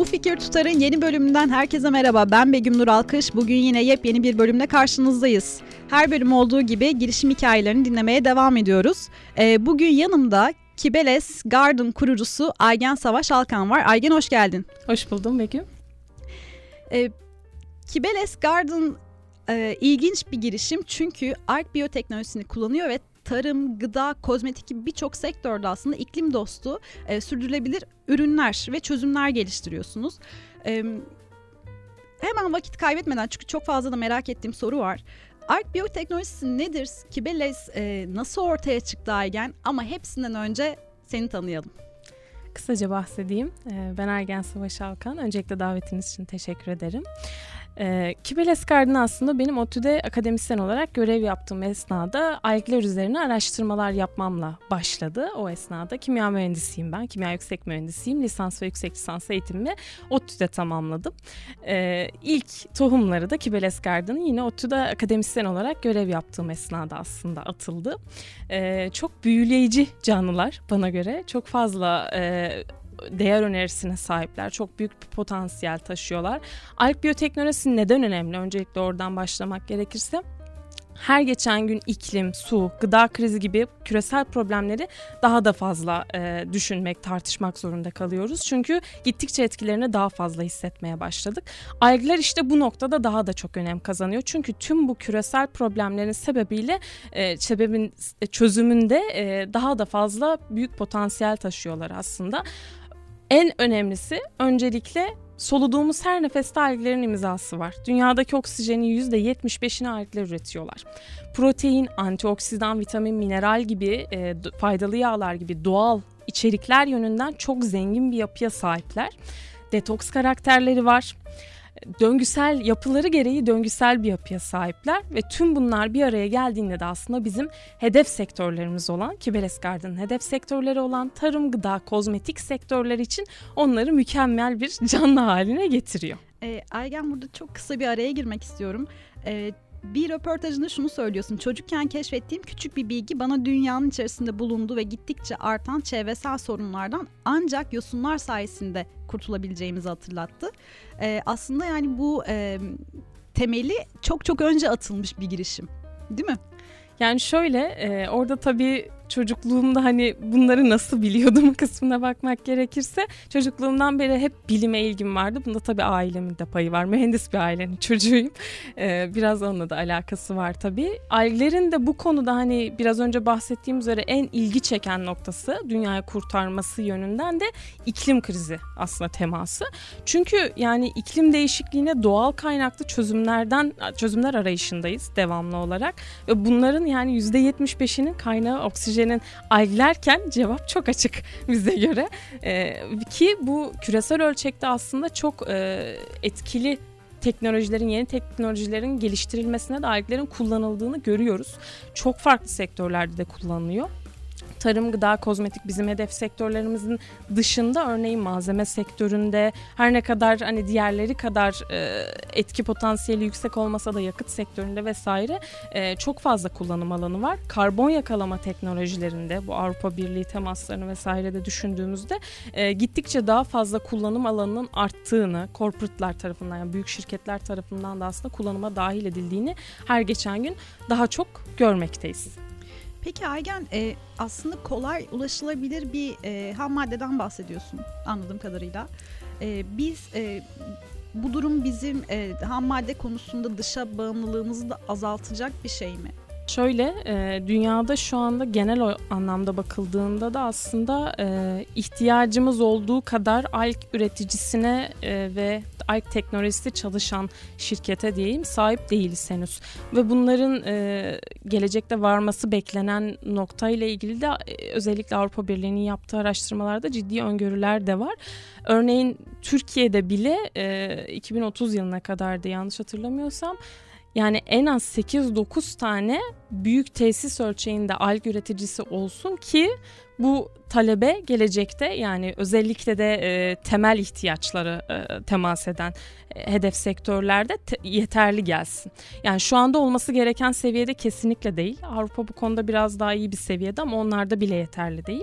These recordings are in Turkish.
Fikir Tutar'ın yeni bölümünden herkese merhaba. Ben Begüm Nur Alkış. Bugün yine yepyeni bir bölümle karşınızdayız. Her bölüm olduğu gibi girişim hikayelerini dinlemeye devam ediyoruz. Bugün yanımda Kibeles Garden kurucusu Aygen Savaş Alkan var. Aygen, hoş geldin. Hoş buldum Begüm. Kibeles Garden ilginç bir girişim çünkü ARK biyoteknolojisini kullanıyor ve tarım, gıda, kozmetik gibi birçok sektörde aslında iklim dostu, sürdürülebilir ürünler ve çözümler geliştiriyorsunuz. Hemen vakit kaybetmeden, çünkü çok fazla da merak ettiğim soru var. ARK biyoteknolojisi nedir? Kibeles nasıl ortaya çıktı Aygen? Ama hepsinden önce seni tanıyalım. Kısaca bahsedeyim. Ben Aygen Savaş Alkan. Öncelikle davetiniz için teşekkür ederim. Kibeles Garden aslında benim ODTÜ'de akademisyen olarak görev yaptığım esnada algler üzerine araştırmalar yapmamla başladı. O esnada kimya mühendisiyim ben. Kimya yüksek mühendisiyim. Lisans ve yüksek lisans eğitimimi ODTÜ'de tamamladım. İlk tohumları da Kibeles Garden'ın yine ODTÜ'de akademisyen olarak görev yaptığım esnada aslında atıldı. Çok büyüleyici canlılar bana göre. Çok fazla değer önerisine sahipler. Çok büyük bir potansiyel taşıyorlar. ARK biyoteknolojisi neden önemli? Öncelikle oradan başlamak gerekirse, her geçen gün iklim, su, gıda krizi gibi küresel problemleri daha da fazla düşünmek, tartışmak zorunda kalıyoruz. Çünkü gittikçe etkilerini daha fazla hissetmeye başladık. Algler işte bu noktada daha da çok önem kazanıyor. Çünkü tüm bu küresel problemlerin sebebiyle çözümünde daha da fazla büyük potansiyel taşıyorlar aslında. En önemlisi öncelikle soluduğumuz her nefeste alglerin imzası var. Dünyadaki oksijenin %75'ini algler üretiyorlar. Protein, antioksidan, vitamin, mineral gibi faydalı yağlar gibi doğal içerikler yönünden çok zengin bir yapıya sahipler. Detoks karakterleri var. Döngüsel yapıları gereği döngüsel bir yapıya sahipler ve tüm bunlar bir araya geldiğinde de aslında bizim hedef sektörlerimiz olan, Kibeles Garden'ın hedef sektörleri olan tarım, gıda, kozmetik sektörleri için onları mükemmel bir canlı haline getiriyor. Aygen, burada çok kısa bir araya girmek istiyorum. Bir röportajında şunu söylüyorsun: çocukken keşfettiğim küçük bir bilgi bana dünyanın içerisinde bulunduğu ve gittikçe artan çevresel sorunlardan ancak yosunlar sayesinde kurtulabileceğimizi hatırlattı. Aslında yani bu temeli çok çok önce atılmış bir girişim, değil mi? Yani şöyle, orada tabii çocukluğumda hani bunları nasıl biliyordum kısmına bakmak gerekirse, çocukluğumdan beri hep bilime ilgim vardı. Bunda tabii ailemin de payı var. Mühendis bir ailenin çocuğuyum. Biraz onunla da alakası var tabii. Alglerin de bu konuda hani biraz önce bahsettiğim üzere en ilgi çeken noktası, dünyayı kurtarması yönünden de iklim krizi aslında teması. Çünkü yani iklim değişikliğine doğal kaynaklı çözümler arayışındayız devamlı olarak. Ve bunların yani %75'inin kaynağı oksijenin alglerken cevap çok açık bize göre. Ki bu küresel ölçekte aslında çok etkili yeni teknolojilerin geliştirilmesine de alglerin kullanıldığını görüyoruz. Çok farklı sektörlerde de kullanılıyor. Tarım, gıda, kozmetik bizim hedef sektörlerimizin dışında, örneğin malzeme sektöründe her ne kadar hani diğerleri kadar etki potansiyeli yüksek olmasa da yakıt sektöründe vesaire çok fazla kullanım alanı var. Karbon yakalama teknolojilerinde, bu Avrupa Birliği temaslarını vesaire de düşündüğümüzde gittikçe daha fazla kullanım alanının arttığını, corporate'lar tarafından, yani büyük şirketler tarafından da aslında kullanıma dahil edildiğini her geçen gün daha çok görmekteyiz. Peki Aygen, aslında kolay ulaşılabilir bir ham maddeden bahsediyorsun anladığım kadarıyla. Bu durum bizim ham madde konusunda dışa bağımlılığımızı da azaltacak bir şey mi? Şöyle, dünyada şu anda genel anlamda bakıldığında da aslında ihtiyacımız olduğu kadar alg üreticisine ve alg teknolojisi çalışan şirkete diyeyim sahip değiliz henüz. Ve bunların gelecekte varması beklenen noktayla ilgili de özellikle Avrupa Birliği'nin yaptığı araştırmalarda ciddi öngörüler de var. Örneğin Türkiye'de bile 2030 yılına kadar da yanlış hatırlamıyorsam yani en az 8-9 tane büyük tesis ölçeğinde alg üreticisi olsun ki bu talebe gelecekte, yani özellikle de temel ihtiyaçları temas eden hedef sektörlerde yeterli gelsin. Yani şu anda olması gereken seviyede kesinlikle değil. Avrupa bu konuda biraz daha iyi bir seviyede ama onlarda bile yeterli değil.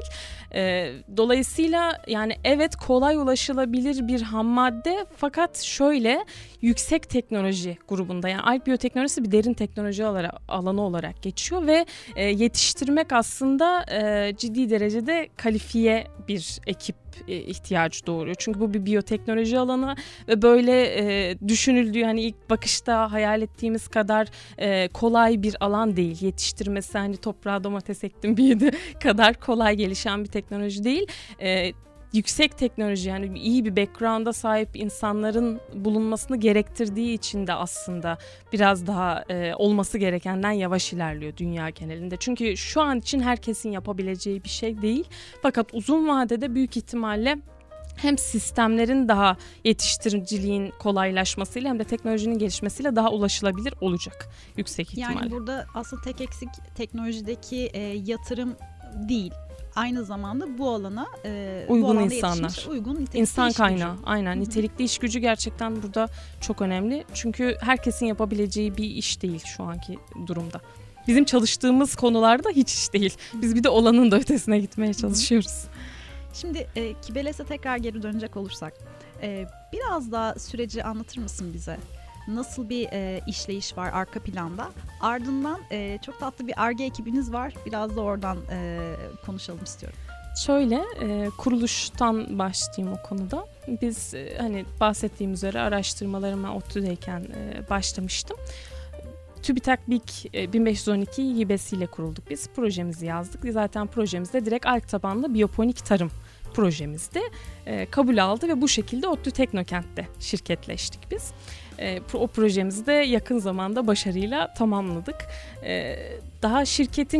Dolayısıyla yani evet, kolay ulaşılabilir bir ham madde, fakat şöyle yüksek teknoloji grubunda, yani alg biyoteknolojisi bir derin teknoloji alanı olarak geçiyor ve yetiştirmek aslında ciddi derecede kalifiye bir ekip ihtiyacı doğuruyor. Çünkü bu bir biyoteknoloji alanı ve böyle düşünüldüğü, hani ilk bakışta hayal ettiğimiz kadar kolay bir alan değil. Yetiştirmesi hani toprağa domates ektim büyüdü kadar kolay gelişen bir teknoloji değil. Yüksek teknoloji, yani iyi bir background'a sahip insanların bulunmasını gerektirdiği için de aslında biraz daha olması gerekenden yavaş ilerliyor dünya genelinde. Çünkü şu an için herkesin yapabileceği bir şey değil. Fakat uzun vadede büyük ihtimalle hem sistemlerin daha yetiştiriciliğin kolaylaşmasıyla hem de teknolojinin gelişmesiyle daha ulaşılabilir olacak yüksek ihtimalle. Yani burada aslında tek eksik teknolojideki yatırım değil. Aynı zamanda bu alana uygun insanlar, uygun insan kaynağı, gücü. aynen. Nitelikli iş gücü gerçekten burada çok önemli. Çünkü herkesin yapabileceği bir iş değil şu anki durumda. Bizim çalıştığımız konularda hiç iş değil. Biz bir de olanın da ötesine gitmeye çalışıyoruz. Şimdi Kibeles'e tekrar geri dönecek olursak, biraz daha süreci anlatır mısın bize? Nasıl bir işleyiş var arka planda? Ardından çok tatlı bir Ar-Ge ekibiniz var. Biraz da oradan konuşalım istiyorum. Şöyle, kuruluştan başlayayım o konuda. Biz hani bahsettiğim üzere araştırmalarıma ODTÜ'deyken başlamıştım. TÜBİTAK BİK 1512 hibesiyle kurulduk biz. Projemizi yazdık. Zaten projemizde direkt alg tabanlı biyoponik tarım projemizdi. Kabul aldı ve bu şekilde ODTÜ Teknokent'te şirketleştik biz. O projemizi de yakın zamanda başarıyla tamamladık. Daha şirketin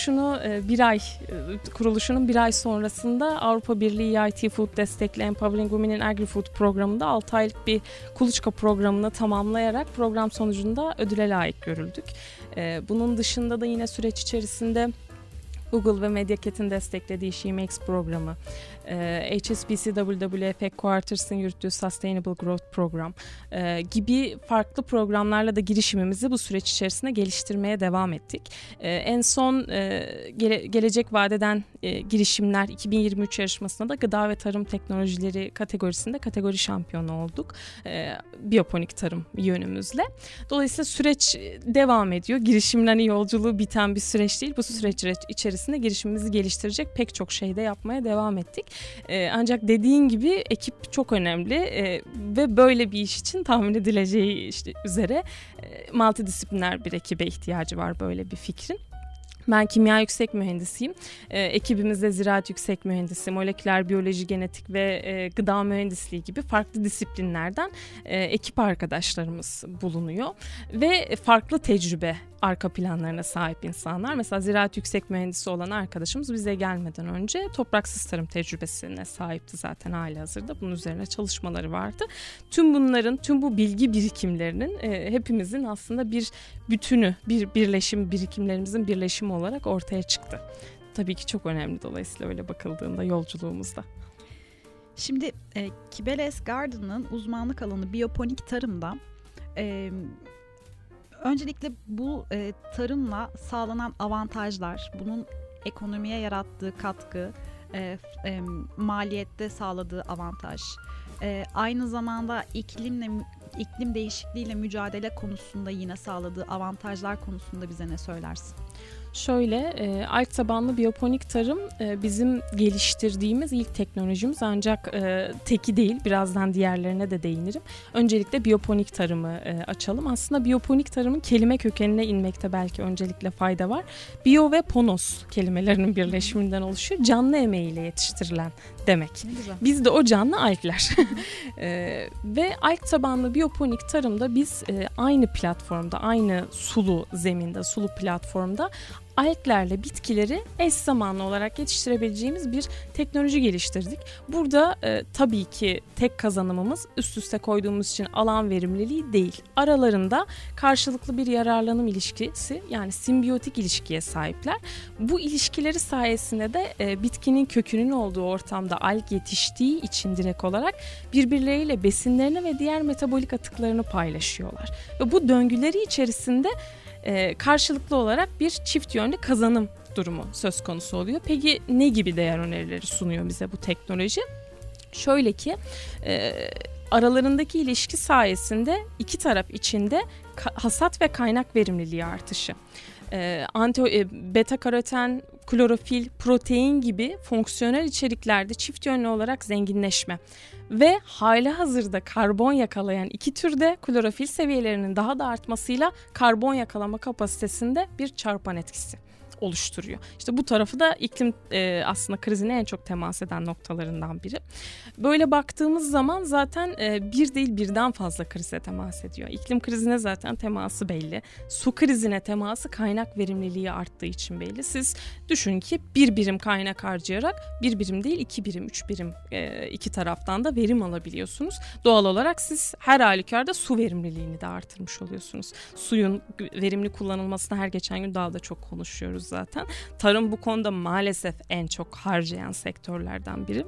kuruluşunun bir ay sonrasında Avrupa Birliği EIT Food destekli Empowering Women in Agri-Food programında 6 aylık bir kuluçka programını tamamlayarak program sonucunda ödüle layık görüldük. Bunun dışında da yine süreç içerisinde Google ve Medyaket'in desteklediği SheMakes programı, HSBC WWF Headquarters'ın yürüttüğü Sustainable Growth Program gibi farklı programlarla da girişimimizi bu süreç içerisinde geliştirmeye devam ettik. En son gelecek vadeden girişimler 2023 yarışmasında da gıda ve tarım teknolojileri kategorisinde kategori şampiyonu olduk. Biyoponik tarım yönümüzle. Dolayısıyla süreç devam ediyor. Girişimlerin yolculuğu biten bir süreç değil. Bu süreç içerisinde girişimimizi geliştirecek pek çok şey de yapmaya devam ettik. Ancak dediğin gibi ekip çok önemli ve böyle bir iş için tahmin edileceği üzere multidisipliner bir ekibe ihtiyacı var böyle bir fikrin. Ben kimya yüksek mühendisiyim. Ekibimizde ziraat yüksek mühendisi, moleküler biyoloji, genetik ve gıda mühendisliği gibi farklı disiplinlerden ekip arkadaşlarımız bulunuyor. Ve farklı tecrübe arka planlarına sahip insanlar. Mesela ziraat yüksek mühendisi olan arkadaşımız bize gelmeden önce topraksız tarım tecrübesine sahipti zaten halihazırda. Bunun üzerine çalışmaları vardı. Tüm bu bilgi birikimlerinin hepimizin aslında bir bütünü, bir birleşim, birikimlerimizin birleşimi olarak ortaya çıktı. Tabii ki çok önemli dolayısıyla öyle bakıldığında yolculuğumuzda. Şimdi Kibeles Garden'ın uzmanlık alanı biyoponik tarımda. Öncelikle bu tarımla sağlanan avantajlar, bunun ekonomiye yarattığı katkı, maliyette sağladığı avantaj, aynı zamanda iklim değişikliğiyle mücadele konusunda yine sağladığı avantajlar konusunda bize ne söylersin? Şöyle, alg tabanlı biyoponik tarım bizim geliştirdiğimiz ilk teknolojimiz, ancak teki değil, birazdan diğerlerine de değinirim. Öncelikle biyoponik tarımı açalım. Aslında biyoponik tarımın kelime kökenine inmekte belki öncelikle fayda var. Biyo ve ponos kelimelerinin birleşiminden oluşuyor. Canlı emeğiyle yetiştirilen demek. Biz de o canlı algler. Ve alg tabanlı biyoponik tarımda biz aynı platformda, aynı sulu zeminde, sulu platformda alglerle bitkileri eş zamanlı olarak yetiştirebileceğimiz bir teknoloji geliştirdik. Burada tabii ki tek kazanımımız üst üste koyduğumuz için alan verimliliği değil. Aralarında karşılıklı bir yararlanım ilişkisi, yani simbiyotik ilişkiye sahipler. Bu ilişkileri sayesinde de bitkinin kökünün olduğu ortamda alg yetiştiği için direkt olarak birbirleriyle besinlerini ve diğer metabolik atıklarını paylaşıyorlar. Ve bu döngüleri içerisinde karşılıklı olarak bir çift yönlü kazanım durumu söz konusu oluyor. Peki ne gibi değer önerileri sunuyor bize bu teknoloji? Şöyle ki aralarındaki ilişki sayesinde iki taraf içinde hasat ve kaynak verimliliği artışı, beta karoten, klorofil, protein gibi fonksiyonel içeriklerde çift yönlü olarak zenginleşme ve halihazırda karbon yakalayan iki türde klorofil seviyelerinin daha da artmasıyla karbon yakalama kapasitesinde bir çarpan etkisi oluşturuyor. İşte bu tarafı da iklim aslında krizine en çok temas eden noktalarından biri. Böyle baktığımız zaman zaten bir değil birden fazla krize temas ediyor. İklim krizine zaten teması belli. Su krizine teması kaynak verimliliği arttığı için belli. Siz düşünün ki bir birim kaynak harcayarak bir birim değil 2 birim, 3 birim iki taraftan da verim alabiliyorsunuz. Doğal olarak siz her halükarda su verimliliğini de artırmış oluyorsunuz. Suyun verimli kullanılmasını her geçen gün daha da çok konuşuyoruz zaten. Tarım bu konuda maalesef en çok harcayan sektörlerden biri.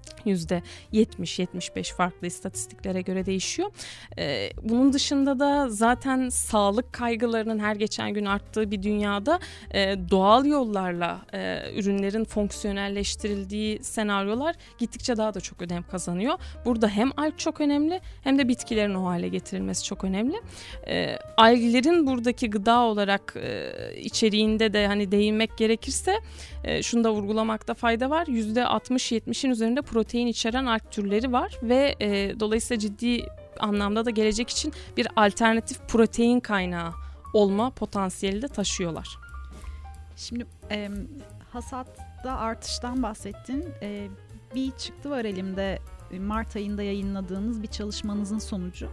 %70-75 farklı istatistiklere göre değişiyor. Bunun dışında da zaten sağlık kaygılarının her geçen gün arttığı bir dünyada doğal yollarla ürünlerin fonksiyonelleştirildiği senaryolar gittikçe daha da çok önem kazanıyor. Burada hem alg çok önemli hem de bitkilerin o hale getirilmesi çok önemli. Alglerin buradaki gıda olarak içeriğinde de hani değinmek gerekirse şunu da vurgulamakta fayda var. %60-70'in üzerinde protein içeren alg türleri var ve dolayısıyla ciddi anlamda da gelecek için bir alternatif protein kaynağı olma potansiyeli de taşıyorlar. Şimdi hasatta artıştan bahsettin. Bir çıktı var elimde, Mart ayında yayınladığınız bir çalışmanızın sonucu.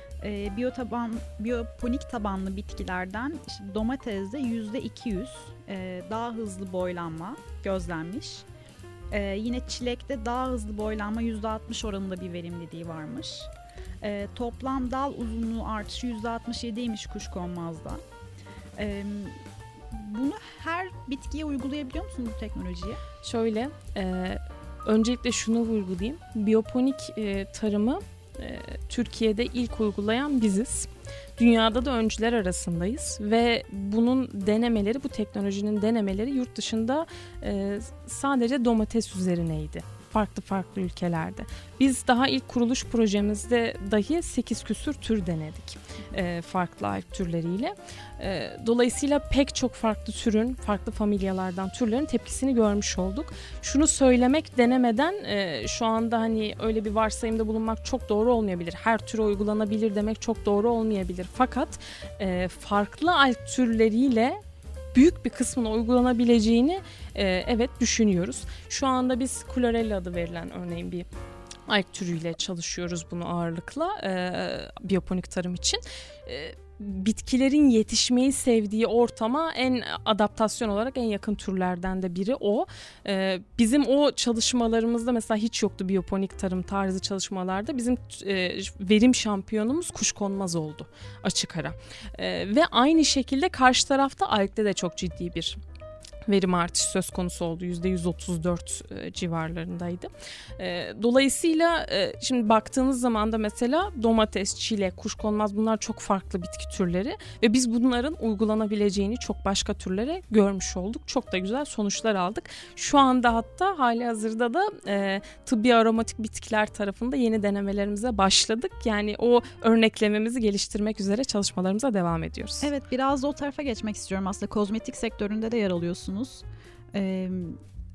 Biyoponik tabanlı bitkilerden işte domatesde %200 daha hızlı boylanma gözlenmiş. Yine çilekte daha hızlı boylanma %60 oranında bir verimliliği varmış. Toplam dal uzunluğu artışı %67'ymiş kuşkonmazda. Bunu her bitkiye uygulayabiliyor musunuz bu teknolojiyi? Şöyle, öncelikle şunu vurgulayayım. Biyoponik tarımı Türkiye'de ilk uygulayan biziz. Dünyada da öncüler arasındayız ve bunun denemeleri, bu teknolojinin denemeleri yurt dışında sadece domates üzerineydi. Farklı ülkelerde. Biz daha ilk kuruluş projemizde dahi 8 küsur tür denedik. Farklı alg türleriyle. Dolayısıyla pek çok farklı türün, farklı familyalardan türlerin tepkisini görmüş olduk. Şunu söylemek denemeden şu anda hani öyle bir varsayımda bulunmak çok doğru olmayabilir. Her türe uygulanabilir demek çok doğru olmayabilir. Fakat farklı alg türleriyle büyük bir kısmına uygulanabileceğini evet düşünüyoruz. Şu anda biz Chlorella adı verilen örneğin bir alg türüyle çalışıyoruz bunu ağırlıkla biyoponik tarım için. Bitkilerin yetişmeyi sevdiği ortama en adaptasyon olarak en yakın türlerden de biri o. Bizim o çalışmalarımızda mesela hiç yoktu biyoponik tarım tarzı çalışmalarda. Bizim verim şampiyonumuz kuşkonmaz oldu açık ara. Ve aynı şekilde karşı tarafta algde de çok ciddi bir verim artışı söz konusu oldu. %134 civarlarındaydı. Dolayısıyla şimdi baktığınız zaman da mesela domates, çilek, kuşkonmaz bunlar çok farklı bitki türleri ve biz bunların uygulanabileceğini çok başka türlere görmüş olduk. Çok da güzel sonuçlar aldık. Şu anda hatta halihazırda da tıbbi aromatik bitkiler tarafında yeni denemelerimize başladık. Yani o örneklememizi geliştirmek üzere çalışmalarımıza devam ediyoruz. Evet, biraz da o tarafa geçmek istiyorum. Aslında kozmetik sektöründe de yer alıyorsunuz.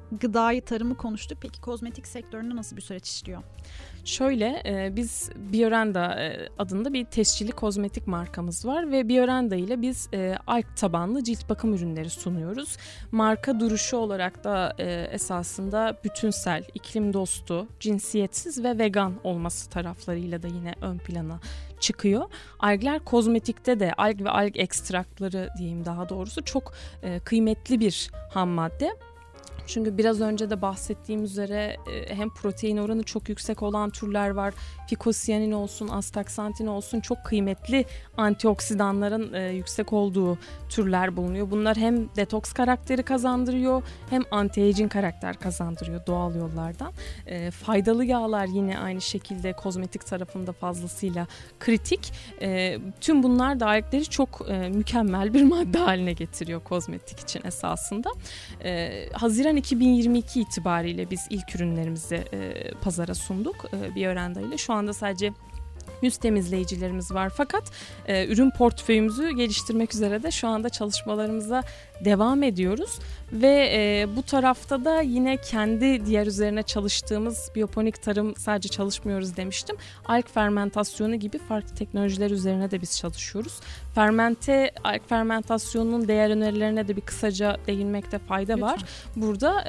gıdayı, tarımı konuştuk. Peki kozmetik sektöründe nasıl bir süreç işliyor? Şöyle, biz Biorenda adında bir tescilli kozmetik markamız var ve Biorenda ile biz alg tabanlı cilt bakım ürünleri sunuyoruz. Marka duruşu olarak da esasında bütünsel, iklim dostu, cinsiyetsiz ve vegan olması taraflarıyla da yine ön plana çıkıyor. Algler kozmetikte de alg ve alg ekstrakları diyeyim daha doğrusu çok kıymetli bir ham madde. Çünkü biraz önce de bahsettiğim üzere hem protein oranı çok yüksek olan türler var. Fikosiyanin olsun, astaksantin olsun çok kıymetli antioksidanların yüksek olduğu türler bulunuyor. Bunlar hem detoks karakteri kazandırıyor hem anti-aging karakter kazandırıyor doğal yollardan. Faydalı yağlar yine aynı şekilde kozmetik tarafında fazlasıyla kritik. Tüm bunlar da algleri çok mükemmel bir madde haline getiriyor kozmetik için esasında. Haziran 2022 itibariyle biz ilk ürünlerimizi pazara sunduk Biorenda ile. Şu anda sadece yüz temizleyicilerimiz var fakat ürün portföyümüzü geliştirmek üzere de şu anda çalışmalarımıza devam ediyoruz ve bu tarafta da yine kendi diğer üzerine çalıştığımız biyoponik tarım sadece çalışmıyoruz demiştim. Alg fermentasyonu gibi farklı teknolojiler üzerine de biz çalışıyoruz. Alg fermentasyonunun değer önerilerine de bir kısaca değinmekte fayda var. Burada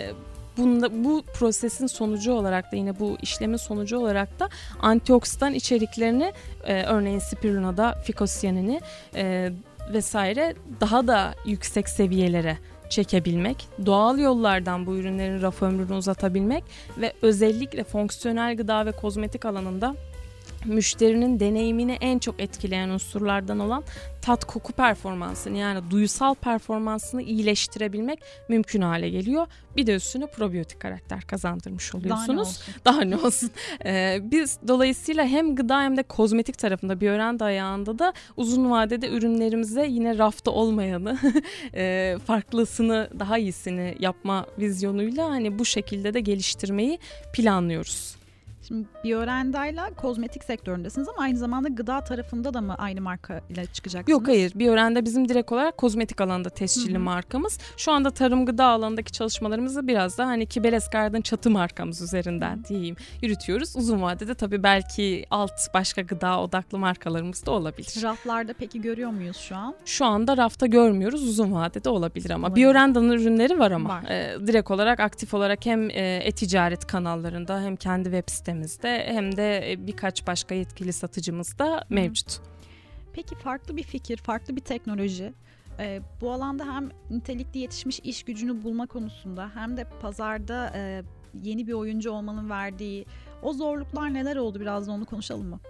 bu prosesin sonucu olarak da yine bu işlemin sonucu olarak da antioksidan içeriklerini örneğin spirulina'da fikosiyanini vesaire daha da yüksek seviyelere çekebilmek, doğal yollardan bu ürünlerin raf ömrünü uzatabilmek ve özellikle fonksiyonel gıda ve kozmetik alanında müşterinin deneyimini en çok etkileyen unsurlardan olan tat koku performansını yani duyusal performansını iyileştirebilmek mümkün hale geliyor. Bir de üstüne probiyotik karakter kazandırmış oluyorsunuz. Daha ne olsun. Biz dolayısıyla hem gıda hem de kozmetik tarafında Biorenda ayağında da uzun vadede ürünlerimize yine rafta olmayanı farklısını daha iyisini yapma vizyonuyla hani bu şekilde de geliştirmeyi planlıyoruz. Şimdi Biorenda'yla kozmetik sektöründesiniz ama aynı zamanda gıda tarafında da mı aynı marka ile çıkacaksınız? Yok hayır. Biorenda bizim direkt olarak kozmetik alanda tescilli markamız. Şu anda tarım gıda alanındaki çalışmalarımızı biraz da hani Kibales Garden çatı markamız üzerinden diyeyim yürütüyoruz. Uzun vadede tabii belki alt başka gıda odaklı markalarımız da olabilir. Raflarda peki görüyor muyuz şu an? Şu anda rafta görmüyoruz. Uzun vadede olabilir ama Biorenda'nın ürünleri var ama direkt olarak aktif olarak hem e-ticaret kanallarında hem kendi web sitemizde hem de birkaç başka yetkili satıcımız da mevcut. Peki farklı bir fikir, farklı bir teknoloji bu alanda hem nitelikli yetişmiş iş gücünü bulma konusunda hem de pazarda yeni bir oyuncu olmanın verdiği o zorluklar neler oldu, biraz da onu konuşalım mı?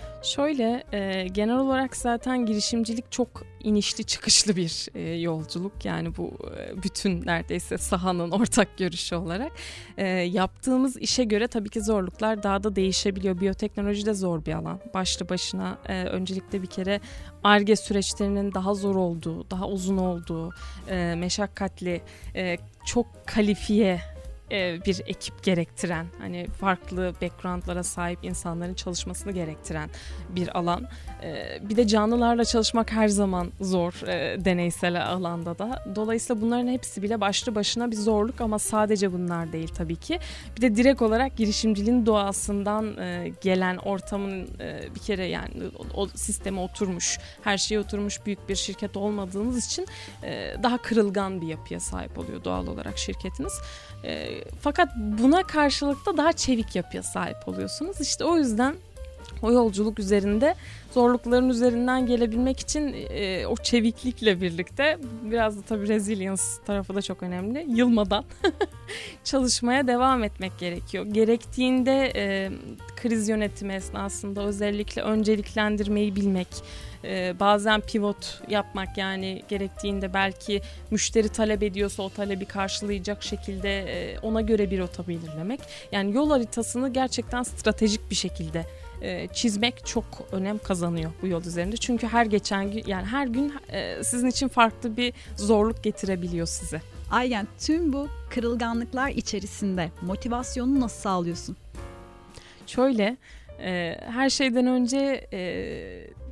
Şöyle genel olarak zaten girişimcilik çok inişli çıkışlı bir yolculuk yani bu bütün neredeyse sahanın ortak görüşü olarak yaptığımız işe göre tabii ki zorluklar daha da değişebiliyor. Biyoteknoloji de zor bir alan başlı başına. Öncelikle bir kere Ar-Ge süreçlerinin daha zor olduğu, daha uzun olduğu, meşakkatli, çok kalifiye bir ekip gerektiren, hani farklı backgroundlara sahip insanların çalışmasını gerektiren bir alan. Bir de canlılarla çalışmak her zaman zor deneysel alanda da. Dolayısıyla bunların hepsi bile başlı başına bir zorluk ama sadece bunlar değil tabii ki. Bir de direkt olarak girişimciliğin doğasından gelen ortamın bir kere yani o sisteme oturmuş, her şeye oturmuş büyük bir şirket olmadığınız için daha kırılgan bir yapıya sahip oluyor doğal olarak şirketiniz. Fakat buna karşılık da daha çevik yapıya sahip oluyorsunuz. İşte o yüzden o yolculuk üzerinde zorlukların üzerinden gelebilmek için o çeviklikle birlikte biraz da tabii resilience tarafı da çok önemli. Yılmadan çalışmaya devam etmek gerekiyor. Gerektiğinde kriz yönetimi esnasında özellikle önceliklendirmeyi bilmek, bazen pivot yapmak yani gerektiğinde belki müşteri talep ediyorsa o talebi karşılayacak şekilde ona göre bir rota belirlemek. Yani yol haritasını gerçekten stratejik bir şekilde çizmek çok önem kazanıyor bu yol üzerinde. Çünkü her geçen gün yani her gün sizin için farklı bir zorluk getirebiliyor size. Aynen, tüm bu kırılganlıklar içerisinde motivasyonunu nasıl sağlıyorsun? Şöyle her şeyden önce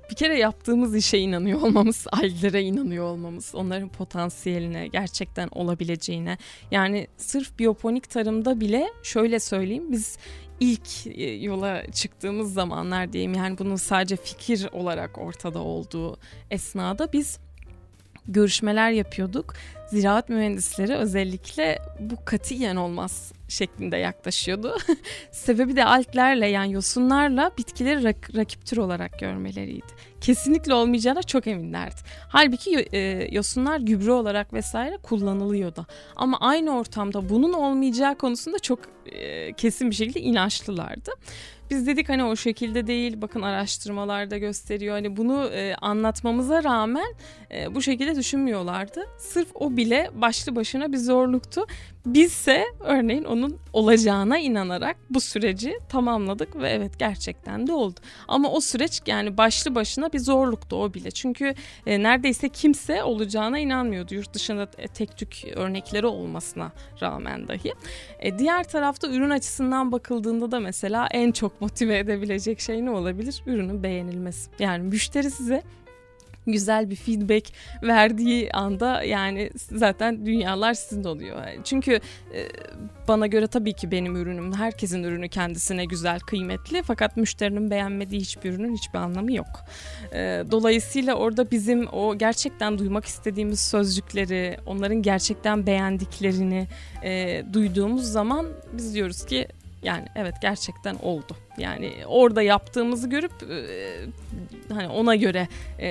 bir kere yaptığımız işe inanıyor olmamız, Algler'e inanıyor olmamız, onların potansiyeline, gerçekten olabileceğine. Yani sırf biyoponik tarımda bile şöyle söyleyeyim, biz ilk yola çıktığımız zamanlar diyeyim, yani bunun sadece fikir olarak ortada olduğu esnada biz görüşmeler yapıyorduk. Ziraat mühendisleri özellikle bu katiyen olmaz şeklinde yaklaşıyordu. Sebebi de alglerle, yani yosunlarla bitkileri rakip tür olarak görmeleriydi. Kesinlikle olmayacağına çok eminlerdi. Halbuki yosunlar gübre olarak vesaire kullanılıyordu. Ama aynı ortamda bunun olmayacağı konusunda çok kesin bir şekilde inançlılardı. Biz dedik hani o şekilde değil, bakın araştırmalarda gösteriyor. Hani bunu anlatmamıza rağmen bu şekilde düşünmüyorlardı. Sırf o bile başlı başına bir zorluktu. Bizse örneğin onun olacağına inanarak bu süreci tamamladık ve evet, gerçekten de oldu. Ama o süreç yani başlı başına bir zorluktu o bile. Çünkü neredeyse kimse olacağına inanmıyordu. Yurt dışında tek tük örnekleri olmasına rağmen dahi. Diğer tarafta ürün açısından bakıldığında da mesela en çok motive edebilecek şey ne olabilir? Ürünün beğenilmesi. Yani müşteri size güzel bir feedback verdiği anda yani zaten dünyalar sizin oluyor. Çünkü bana göre tabii ki benim ürünüm, herkesin ürünü kendisine güzel, kıymetli, fakat müşterinin beğenmediği hiçbir ürünün hiçbir anlamı yok. Dolayısıyla orada bizim o gerçekten duymak istediğimiz sözcükleri, onların gerçekten beğendiklerini duyduğumuz zaman biz diyoruz ki yani evet, gerçekten oldu. Yani orada yaptığımızı görüp hani ona göre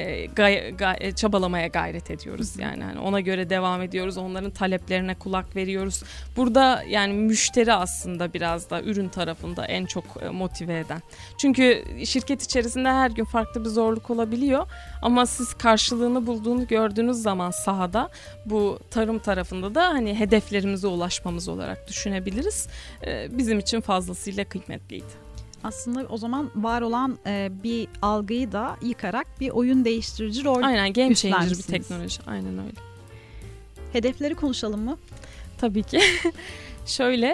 çabalamaya gayret ediyoruz. Yani hani ona göre devam ediyoruz. Onların taleplerine kulak veriyoruz. Burada yani müşteri aslında biraz da ürün tarafında en çok motive eden. Çünkü şirket içerisinde her gün farklı bir zorluk olabiliyor. Ama siz karşılığını bulduğunu gördüğünüz zaman sahada, bu tarım tarafında da hani hedeflerimize ulaşmamız olarak düşünebiliriz. Bizim için fazlasıyla kıymetliydi. Aslında o zaman var olan bir algıyı da yıkarak bir oyun değiştirici rol üstlenmişsiniz. Aynen, game changer bir teknoloji. Aynen öyle. Hedefleri konuşalım mı? Tabii ki. Şöyle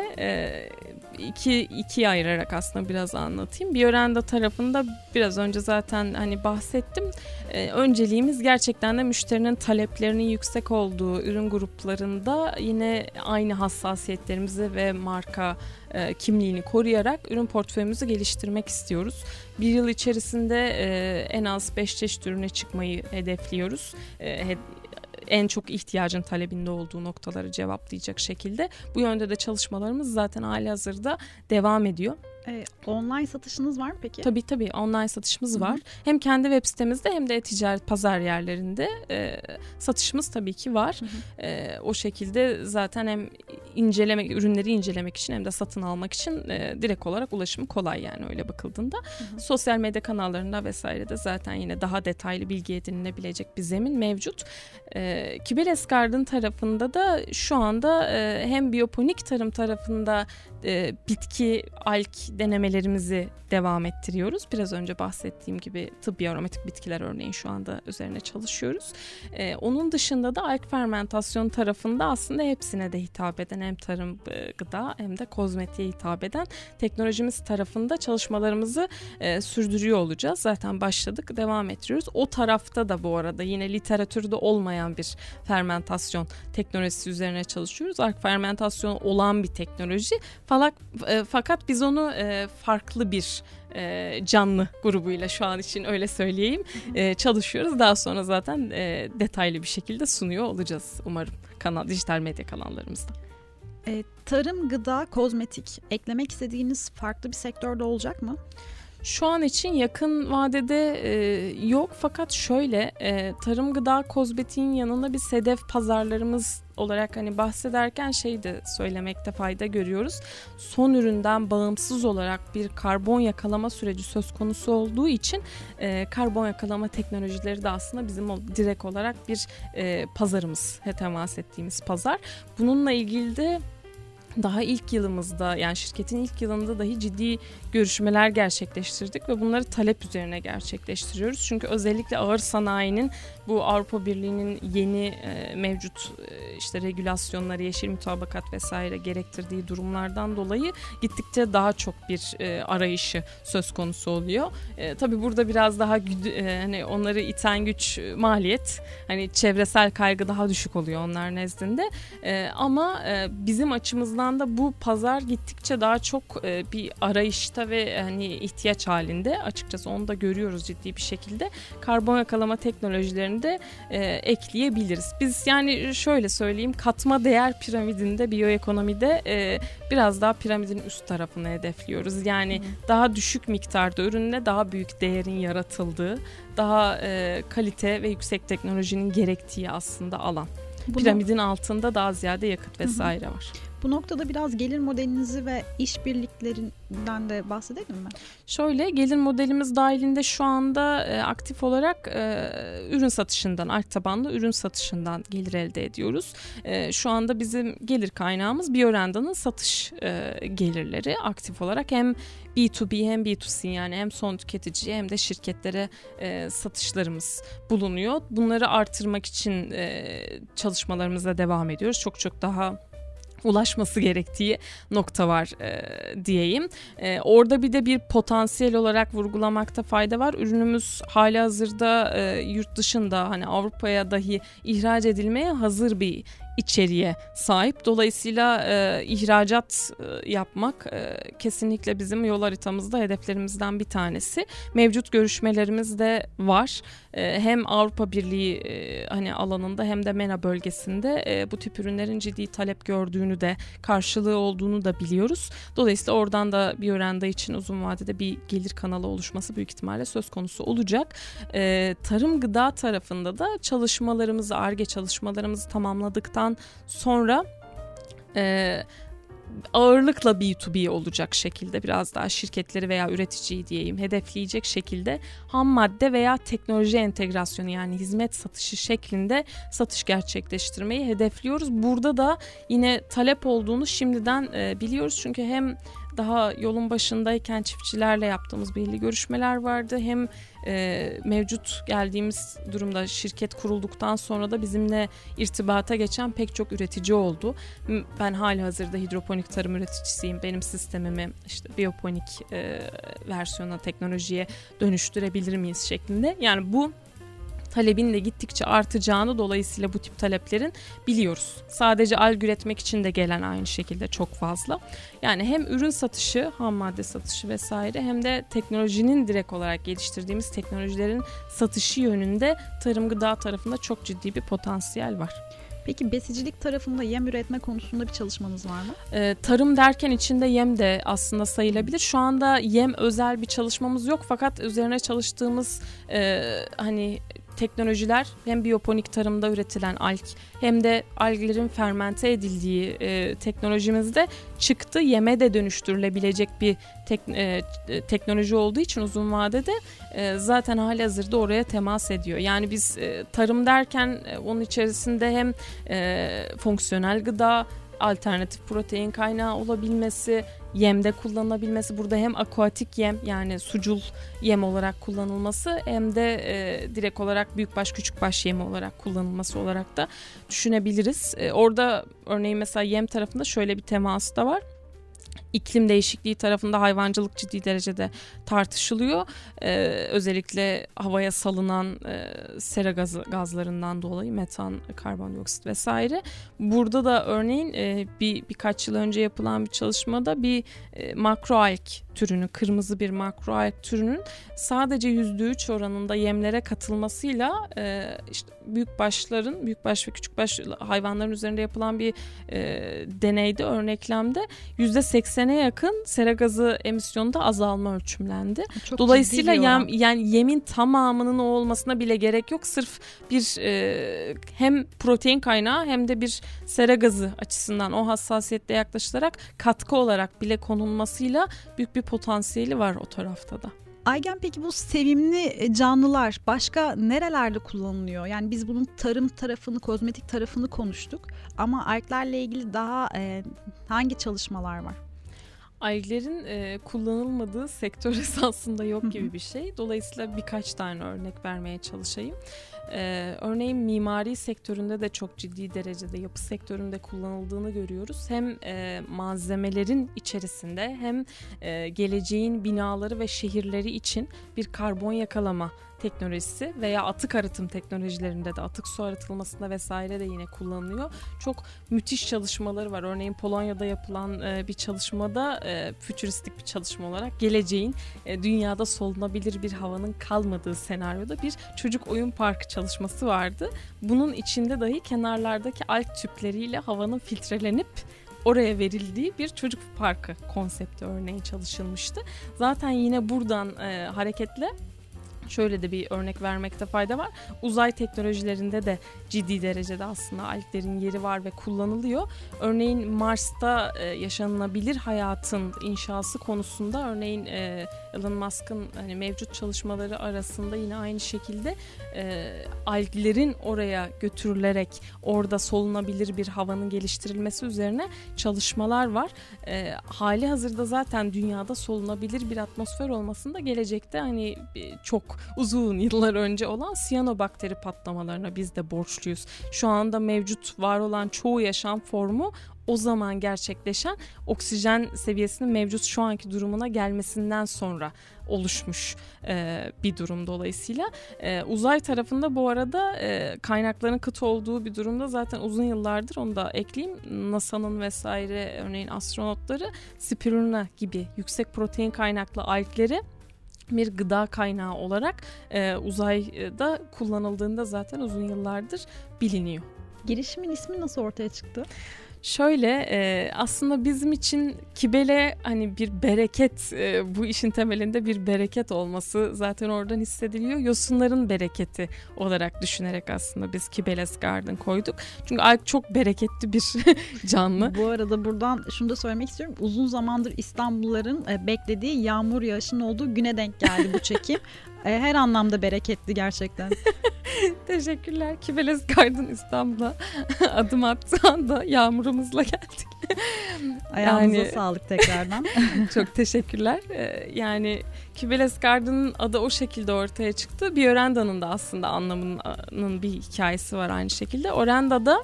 ikiye ayırarak aslında biraz anlatayım. Biorenda tarafında biraz önce zaten hani bahsettim. Önceliğimiz gerçekten de müşterinin taleplerinin yüksek olduğu ürün gruplarında yine aynı hassasiyetlerimizi ve marka kimliğini koruyarak ürün portföyümüzü geliştirmek istiyoruz. Bir yıl içerisinde en az 5 çeşit ürüne çıkmayı hedefliyoruz. En çok ihtiyacın talebinde olduğu noktaları cevaplayacak şekilde. Bu yönde de çalışmalarımız zaten halihazırda devam ediyor. Online satışınız var mı peki? Tabii online satışımız var. Hem kendi web sitemizde hem de ticaret pazar yerlerinde satışımız tabii ki var. O şekilde zaten hem ürünleri incelemek için hem de satın almak için direkt olarak ulaşımı kolay, yani öyle bakıldığında. Sosyal medya kanallarında vesaire de zaten yine daha detaylı bilgi edinilebilecek bir zemin mevcut. Kibeles Garden tarafında da şu anda hem biyoponik tarım tarafında bitki alg denemelerimizi devam ettiriyoruz. Biraz önce bahsettiğim gibi tıbbi aromatik bitkiler örneğin şu anda üzerine çalışıyoruz. Onun dışında da alg fermentasyon tarafında aslında hepsine de hitap eden, hem tarım, gıda hem de kozmetiğe hitap eden teknolojimiz tarafında çalışmalarımızı sürdürüyor olacağız. Zaten başladık, devam ettiriyoruz. O tarafta da bu arada yine literatürde olmayan bir fermentasyon teknolojisi üzerine çalışıyoruz. Alg fermentasyon olan bir teknoloji. Fakat biz onu farklı bir canlı grubuyla şu an için öyle söyleyeyim çalışıyoruz. Daha sonra zaten detaylı bir şekilde sunuyor olacağız umarım dijital medya kanallarımızda. Tarım, gıda, kozmetik eklemek istediğiniz farklı bir sektörde olacak mı? Şu an için yakın vadede yok, fakat şöyle tarım, gıda, kozmetiğin yanında bir hedef pazarlarımız olarak hani bahsederken şey de söylemekte fayda görüyoruz. Son üründen bağımsız olarak bir karbon yakalama süreci söz konusu olduğu için karbon yakalama teknolojileri de aslında bizim direkt olarak bir pazarımız, temas ettiğimiz pazar. Bununla ilgili de daha ilk yılımızda, yani şirketin ilk yılında dahi ciddi görüşmeler gerçekleştirdik ve bunları talep üzerine gerçekleştiriyoruz. Çünkü özellikle ağır sanayinin bu Avrupa Birliği'nin yeni mevcut işte regülasyonları, yeşil mutabakat vesaire gerektirdiği durumlardan dolayı gittikçe daha çok bir arayışı söz konusu oluyor. Tabii burada biraz daha hani onları iten güç maliyet, hani çevresel kaygı daha düşük oluyor onlar nezdinde. Ama bizim açımızdan da bu pazar gittikçe daha çok bir arayışta ve hani ihtiyaç halinde. Açıkçası onu da görüyoruz ciddi bir şekilde. Karbon yakalama teknolojilerini de ekleyebiliriz. Biz yani şöyle söyleyeyim, katma değer piramidinde, biyoekonomide biraz daha piramidin üst tarafını hedefliyoruz. Yani daha düşük miktarda ürünle daha büyük değerin yaratıldığı, daha kalite ve yüksek teknolojinin gerektiği aslında alan. Piramidin altında daha ziyade yakıt vesaire var. Bu noktada biraz gelir modelinizi ve işbirliklerinden de bahsedelim mi? Şöyle, gelir modelimiz dahilinde şu anda aktif olarak ürün satışından, ark tabanlı ürün satışından gelir elde ediyoruz. Şu anda bizim gelir kaynağımız Biorenda'nın satış gelirleri aktif olarak hem B2B hem B2C, yani hem son tüketiciye hem de şirketlere satışlarımız bulunuyor. Bunları artırmak için çalışmalarımıza devam ediyoruz. Çok daha ulaşması gerektiği nokta var diyeyim. Orada bir de bir potansiyel olarak vurgulamakta fayda var. Ürünümüz halihazırda yurt dışında, hani Avrupa'ya dahi ihraç edilmeye hazır bir içeriğe sahip. Dolayısıyla ihracat yapmak kesinlikle bizim yol haritamızda hedeflerimizden bir tanesi. Mevcut görüşmelerimiz de var. Hem Avrupa Birliği hani alanında hem de MENA bölgesinde bu tip ürünlerin ciddi talep gördüğünü de, karşılığı olduğunu da biliyoruz. Dolayısıyla oradan da Biorenda için uzun vadede bir gelir kanalı oluşması büyük ihtimalle söz konusu olacak. Tarım gıda tarafında da çalışmalarımızı, Ar-Ge çalışmalarımızı tamamladıktan sonra ağırlıkla B2B olacak şekilde, biraz daha şirketleri veya üreticiyi diyeyim hedefleyecek şekilde ham madde veya teknoloji entegrasyonu, yani hizmet satışı şeklinde satış gerçekleştirmeyi hedefliyoruz. Burada da yine talep olduğunu şimdiden biliyoruz. Çünkü hem daha yolun başındayken çiftçilerle yaptığımız belli görüşmeler vardı. Hem mevcut geldiğimiz durumda şirket kurulduktan sonra da bizimle irtibata geçen pek çok üretici oldu. Ben halihazırda hidroponik tarım üreticisiyim. Benim sistemimi işte biyoponik versiyona, teknolojiye dönüştürebilir miyiz şeklinde. Yani bu talebin de gittikçe artacağını, dolayısıyla bu tip taleplerin biliyoruz. Sadece alg üretmek için de gelen aynı şekilde çok fazla. Yani hem ürün satışı, ham madde satışı vesaire, hem de teknolojinin direkt olarak geliştirdiğimiz teknolojilerin satışı yönünde tarım gıda tarafında çok ciddi bir potansiyel var. Peki besicilik tarafında yem üretme konusunda bir çalışmanız var mı? Tarım derken içinde yem de aslında sayılabilir. Şu anda yem özel bir çalışmamız yok, fakat üzerine çalıştığımız hani teknolojiler, hem biyoponik tarımda üretilen alg hem de alglerin fermente edildiği teknolojimizde çıktı. Yeme de dönüştürülebilecek bir teknoloji olduğu için uzun vadede zaten halihazırda oraya temas ediyor. Yani biz tarım derken onun içerisinde hem fonksiyonel gıda, alternatif protein kaynağı olabilmesi, yemde kullanılabilmesi, burada hem akuatik yem, yani sucul yem olarak kullanılması, hem de direkt olarak büyükbaş küçükbaş yemi olarak kullanılması olarak da düşünebiliriz. Orada örneğin mesela yem tarafında şöyle bir teması da var. İklim değişikliği tarafında hayvancılık ciddi derecede tartışılıyor. Özellikle havaya salınan sera gazlarından dolayı metan, karbondioksit vesaire. Burada da örneğin birkaç yıl önce yapılan bir çalışmada bir makroalg türünü, kırmızı bir makroalg türünün sadece %3 oranında yemlere katılmasıyla işte büyükbaş ve küçükbaş hayvanların üzerinde yapılan bir deneyde, örneklemde %80'e yakın sera gazı emisyonunda azalma ölçümlendi. Çok dolayısıyla yani yemin tamamının o olmasına bile gerek yok. Sırf bir hem protein kaynağı hem de bir sera gazı açısından o hassasiyetle yaklaşılarak katkı olarak bile konulmasıyla büyük bir potansiyeli var o tarafta da. Aygen, peki bu sevimli canlılar başka nerelerde kullanılıyor? Yani biz bunun tarım tarafını, kozmetik tarafını konuştuk ama alglerle ilgili daha hangi çalışmalar var? Alglerin kullanılmadığı sektör esasında yok gibi bir şey. Dolayısıyla birkaç tane örnek vermeye çalışayım. Örneğin mimari sektöründe de çok ciddi derecede, yapı sektöründe kullanıldığını görüyoruz. Hem malzemelerin içerisinde hem geleceğin binaları ve şehirleri için bir karbon yakalama teknolojisi veya atık arıtım teknolojilerinde de, atık su arıtılmasında vesaire de yine kullanılıyor. Çok müthiş çalışmaları var. Örneğin Polonya'da yapılan bir çalışmada, fütüristik bir çalışma olarak geleceğin dünyada solunabilir bir havanın kalmadığı senaryoda bir çocuk oyun parkı çalışması vardı. Bunun içinde dahi kenarlardaki alg tüpleriyle havanın filtrelenip oraya verildiği bir çocuk parkı konsepti örneğin çalışılmıştı. Zaten yine buradan hareketle şöyle de bir örnek vermekte fayda var. Uzay teknolojilerinde de ciddi derecede aslında alglerin yeri var ve kullanılıyor. Örneğin Mars'ta yaşanılabilir hayatın inşası konusunda örneğin Elon Musk'ın hani mevcut çalışmaları arasında yine aynı şekilde alglerin oraya götürülerek orada solunabilir bir havanın geliştirilmesi üzerine çalışmalar var. Hali hazırda zaten dünyada solunabilir bir atmosfer olmasında gelecekte hani çok uzun yıllar önce olan siyanobakteri patlamalarına biz de borçluyuz. Şu anda mevcut var olan çoğu yaşam formu o zaman gerçekleşen oksijen seviyesinin mevcut şu anki durumuna gelmesinden sonra oluşmuş bir durum dolayısıyla. Uzay tarafında bu arada kaynakların kıt olduğu bir durumda zaten uzun yıllardır, onu da ekleyeyim. NASA'nın vesaire örneğin astronotları spirulina gibi yüksek protein kaynaklı algleri bir gıda kaynağı olarak uzayda kullanıldığında zaten uzun yıllardır biliniyor. Girişimin ismi nasıl ortaya çıktı? Şöyle aslında bizim için Kibele hani bir bereket, bu işin temelinde bir bereket olması zaten oradan hissediliyor. Yosunların bereketi olarak düşünerek aslında biz Kibeles Garden koyduk. Çünkü alg çok bereketli bir canlı. Bu arada buradan şunu da söylemek istiyorum. Uzun zamandır İstanbulluların beklediği yağmur yağışının olduğu güne denk geldi bu çekim. Her anlamda bereketli gerçekten. Teşekkürler. Kibeles Garden İstanbul'a adım attığı anda yağmurumuzla geldik. Ayağınıza sağlık tekrardan. Çok teşekkürler. Yani Kibeles Garden'ın adı o şekilde ortaya çıktı. Bir Orenda'nın da aslında anlamının bir hikayesi var aynı şekilde. Orenda'da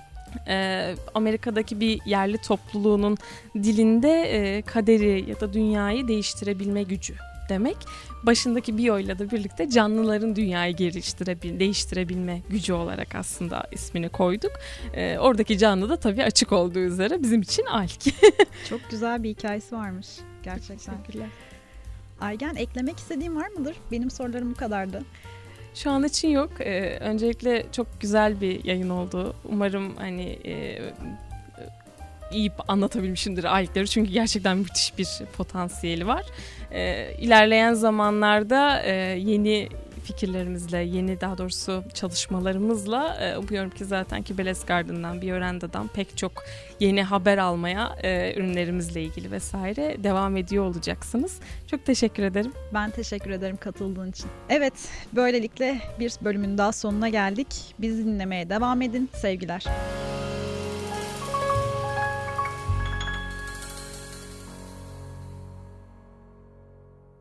Amerika'daki bir yerli topluluğunun dilinde kaderi ya da dünyayı değiştirebilme gücü demek. Başındaki Bio'yla da birlikte canlıların dünyayı değiştirebilme gücü olarak aslında ismini koyduk. Oradaki canlı da tabii açık olduğu üzere bizim için alg. Çok güzel bir hikayesi varmış gerçekten. Teşekkürler. Aygen, eklemek istediğin var mıdır? Benim sorularım bu kadardı. Şu an için yok. Öncelikle çok güzel bir yayın oldu. Umarım hani iyi anlatabilmişimdir algleri, çünkü gerçekten müthiş bir potansiyeli var. İlerleyen zamanlarda yeni fikirlerimizle, yeni daha doğrusu çalışmalarımızla umuyorum ki zaten Kibeles Garden'dan, Biorenda'dan pek çok yeni haber almaya ürünlerimizle ilgili vesaire devam ediyor olacaksınız. Çok teşekkür ederim. Ben teşekkür ederim katıldığın için. Evet, böylelikle bir bölümün daha sonuna geldik. Bizi dinlemeye devam edin. Sevgiler.